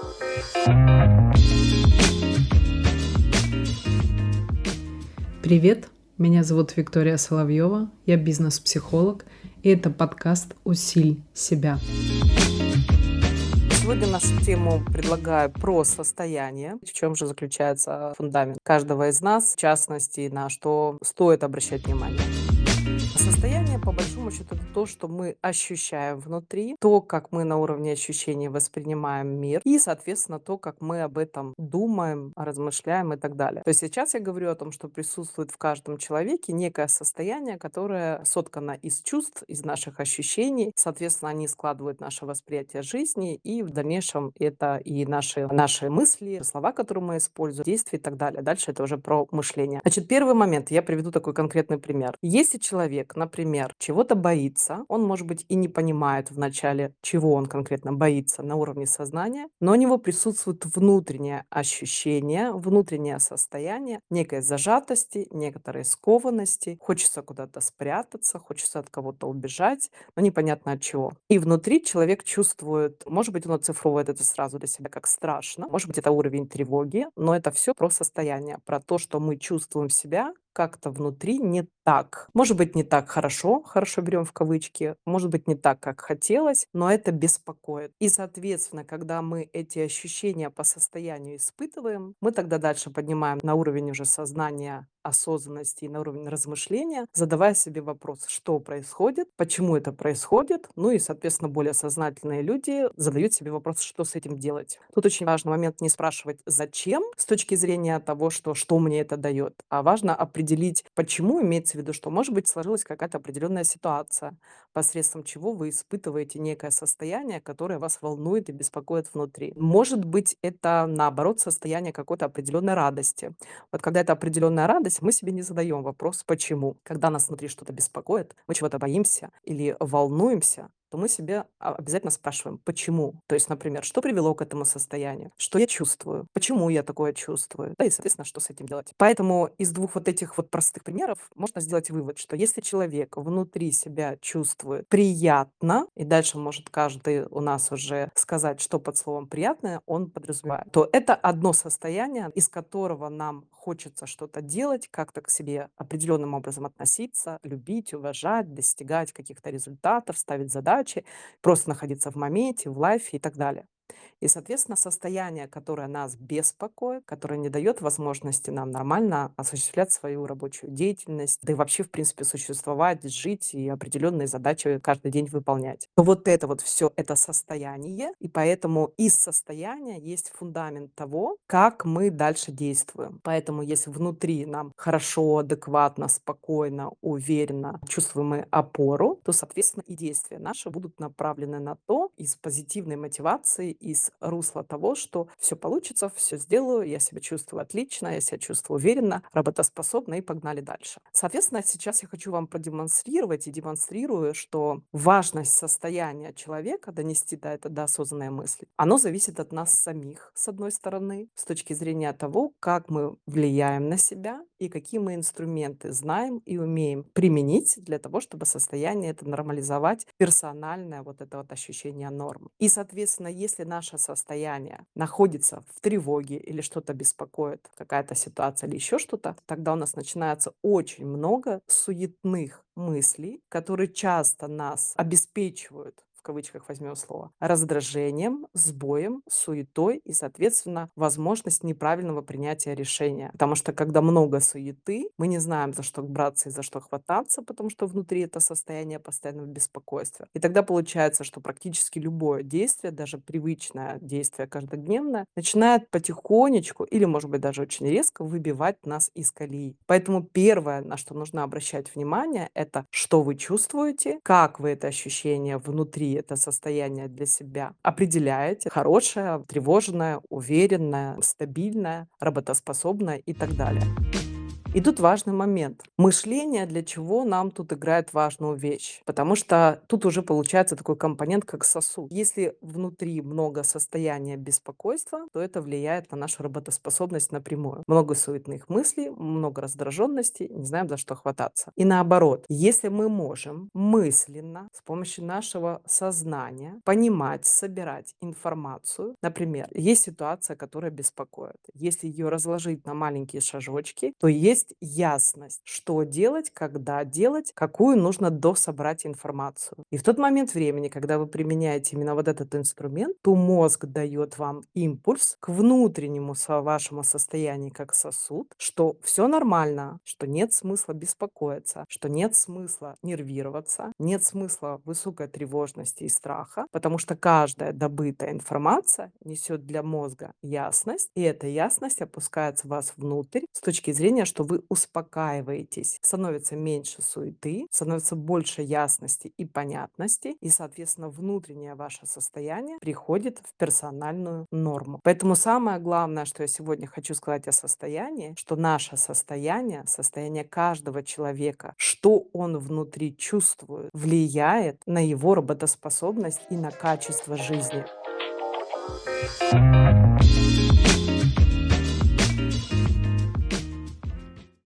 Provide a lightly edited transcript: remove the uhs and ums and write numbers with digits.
Привет, меня зовут Виктория Соловьева, я бизнес-психолог, и это подкаст «Усиль себя». Сегодня нашу тему предлагаю про состояние. В чем же заключается фундамент каждого из нас, в частности, на что стоит обращать внимание. Состояние, по большому счету, это то, что мы ощущаем внутри, то, как мы на уровне ощущений воспринимаем мир, и, соответственно, то, как мы об этом думаем, размышляем и так далее. То есть сейчас я говорю о том, что присутствует в каждом человеке некое состояние, которое соткано из чувств, из наших ощущений. Соответственно, они складывают наше восприятие жизни, и в дальнейшем это и наши мысли, слова, которые мы используем, действия и так далее. Дальше это уже про мышление. Значит, первый момент, я приведу такой конкретный пример. Если человек, например, чего-то боится, он, может быть, и не понимает вначале, чего он конкретно боится на уровне сознания, но у него присутствует внутреннее ощущение, внутреннее состояние некой зажатости, некоторой скованности, хочется куда-то спрятаться, хочется от кого-то убежать, но непонятно от чего. И внутри человек чувствует, может быть, он оцифровывает это сразу для себя как страшно, может быть, это уровень тревоги, но это все про состояние, про то, что мы чувствуем себя как-то внутри не так. Может быть, не так хорошо, хорошо берем в кавычки, может быть, не так, как хотелось, но это беспокоит. И, соответственно, когда мы эти ощущения по состоянию испытываем, мы тогда дальше поднимаем на уровень уже сознания, осознанности и на уровень размышления, задавая себе вопрос, что происходит, почему это происходит, ну и, соответственно, более сознательные люди задают себе вопрос, что с этим делать. Тут очень важный момент не спрашивать, зачем, с точки зрения того, что мне это дает, а важно определить, почему, имеется в виду, что, может быть, сложилась какая-то определенная ситуация, посредством чего вы испытываете некое состояние, которое вас волнует и беспокоит внутри. Может быть, это, наоборот, состояние какой-то определенной радости. Вот когда это определенная радость, мы себе не задаем вопрос, почему. Когда нас внутри что-то беспокоит, мы чего-то боимся или волнуемся, то мы себе обязательно спрашиваем, почему. То есть, например, что привело к этому состоянию, что я чувствую, почему я такое чувствую, да и, соответственно, что с этим делать. Поэтому из двух вот этих вот простых примеров можно сделать вывод, что если человек внутри себя чувствует приятно, и дальше может каждый у нас уже сказать, что под словом приятное он подразумевает, то это одно состояние, из которого нам хочется что-то делать, как-то к себе определенным образом относиться, любить, уважать, достигать каких-то результатов, ставить задачи, просто находиться в моменте, в лайфе и так далее. И, соответственно, состояние, которое нас беспокоит, которое не дает возможности нам нормально осуществлять свою рабочую деятельность, да и вообще, в принципе, существовать, жить и определенные задачи каждый день выполнять. То вот это вот все это состояние, и поэтому из состояния есть фундамент того, как мы дальше действуем. Поэтому если внутри нам хорошо, адекватно, спокойно, уверенно чувствуем мы опору, то, соответственно, и действия наши будут направлены на то, из позитивной мотивации, из русла того, что все получится, все сделаю, я себя чувствую отлично, я себя чувствую уверенно, работоспособно и погнали дальше. Соответственно, сейчас я хочу вам продемонстрировать и демонстрирую, что важность состояния человека, донести до осознанной мысли, оно зависит от нас самих, с одной стороны, с точки зрения того, как мы влияем на себя и какие мы инструменты знаем и умеем применить для того, чтобы состояние это нормализовать, персональное вот это вот ощущение нормы. И, соответственно, если наше состояние находится в тревоге или что-то беспокоит, какая-то ситуация или еще что-то, тогда у нас начинается очень много суетных мыслей, которые часто нас обеспечивают, в кавычках возьмем слово, раздражением, сбоем, суетой и, соответственно, возможность неправильного принятия решения. Потому что когда много суеты, мы не знаем, за что браться и за что хвататься, потому что внутри это состояние постоянного беспокойства. И тогда получается, что практически любое действие, даже привычное действие каждодневное, начинает потихонечку или, может быть, даже очень резко выбивать нас из колеи. Поэтому первое, на что нужно обращать внимание, это что вы чувствуете, как вы это ощущение внутри, это состояние для себя определяете, хорошее, тревожное, уверенное, стабильное, работоспособное и так далее. И тут важный момент. Мышление для чего нам тут играет важную вещь? Потому что тут уже получается такой компонент, как сосуд. Если внутри много состояния беспокойства, то это влияет на нашу работоспособность напрямую. Много суетных мыслей, много раздраженности, не знаем, за что хвататься. И наоборот, если мы можем мысленно с помощью нашего сознания понимать, собирать информацию, например, есть ситуация, которая беспокоит. Если ее разложить на маленькие шажочки, то есть ясность, что делать, когда делать, какую нужно дособрать информацию. И в тот момент времени, когда вы применяете именно вот этот инструмент, то мозг дает вам импульс к внутреннему вашему состоянию как сосуд, что все нормально, что нет смысла беспокоиться, что нет смысла нервироваться, нет смысла высокой тревожности и страха, потому что каждая добытая информация несет для мозга ясность, и эта ясность опускается в вас внутрь с точки зрения, что вы успокаиваетесь, становится меньше суеты, становится больше ясности и понятности, и, соответственно, внутреннее ваше состояние приходит в персональную норму. Поэтому самое главное, что я сегодня хочу сказать о состоянии, что наше состояние, состояние каждого человека, что он внутри чувствует, влияет на его работоспособность и на качество жизни.